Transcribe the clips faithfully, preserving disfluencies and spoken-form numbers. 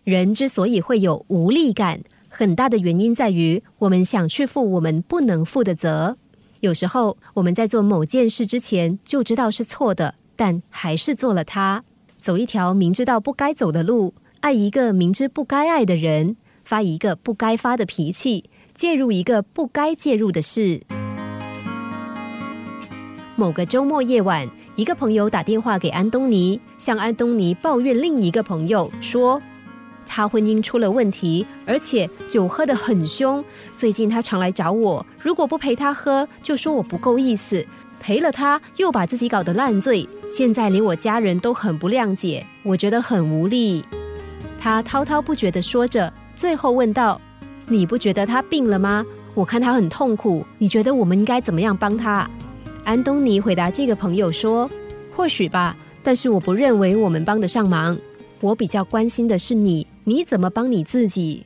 人之所以会有无力感，很大的原因在于我们想去负我们不能负的责。有时候我们在做某件事之前就知道是错的，但还是做了它。走一条明知道不该走的路，爱一个明知不该爱的人，发一个不该发的脾气，介入一个不该介入的事。某个周末夜晚，一个朋友打电话给安东尼，向安东尼抱怨另一个朋友说，他婚姻出了问题，而且酒喝得很凶，最近他常来找我，如果不陪他喝就说我不够意思，陪了他又把自己搞得烂醉，现在连我家人都很不谅解，我觉得很无力。他滔滔不绝地说着，最后问道，你不觉得他病了吗？我看他很痛苦，你觉得我们应该怎么样帮他？安东尼回答这个朋友说，或许吧，但是我不认为我们帮得上忙，我比较关心的是你，你怎么帮你自己？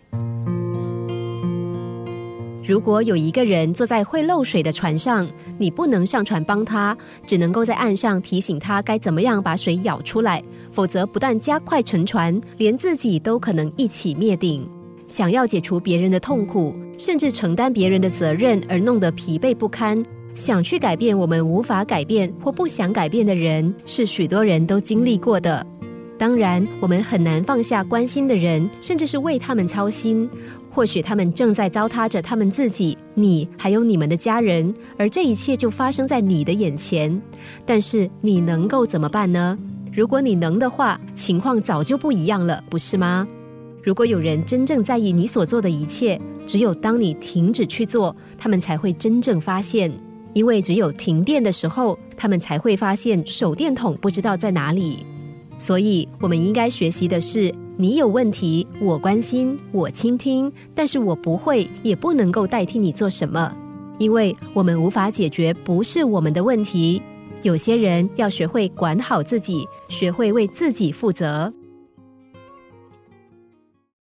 如果有一个人坐在会漏水的船上，你不能上船帮他，只能够在岸上提醒他该怎么样把水舀出来，否则不但加快沉船，连自己都可能一起灭顶。想要解除别人的痛苦，甚至承担别人的责任而弄得疲惫不堪，想去改变我们无法改变或不想改变的人，是许多人都经历过的。当然，我们很难放下关心的人，甚至是为他们操心。或许他们正在糟蹋着他们自己，你还有你们的家人，而这一切就发生在你的眼前。但是你能够怎么办呢？如果你能的话，情况早就不一样了，不是吗？如果有人真正在意你所做的一切，只有当你停止去做，他们才会真正发现。因为只有停电的时候，他们才会发现手电筒不知道在哪里。所以我们应该学习的是，你有问题，我关心，我倾听，但是我不会也不能够代替你做什么，因为我们无法解决不是我们的问题。有些人要学会管好自己，学会为自己负责。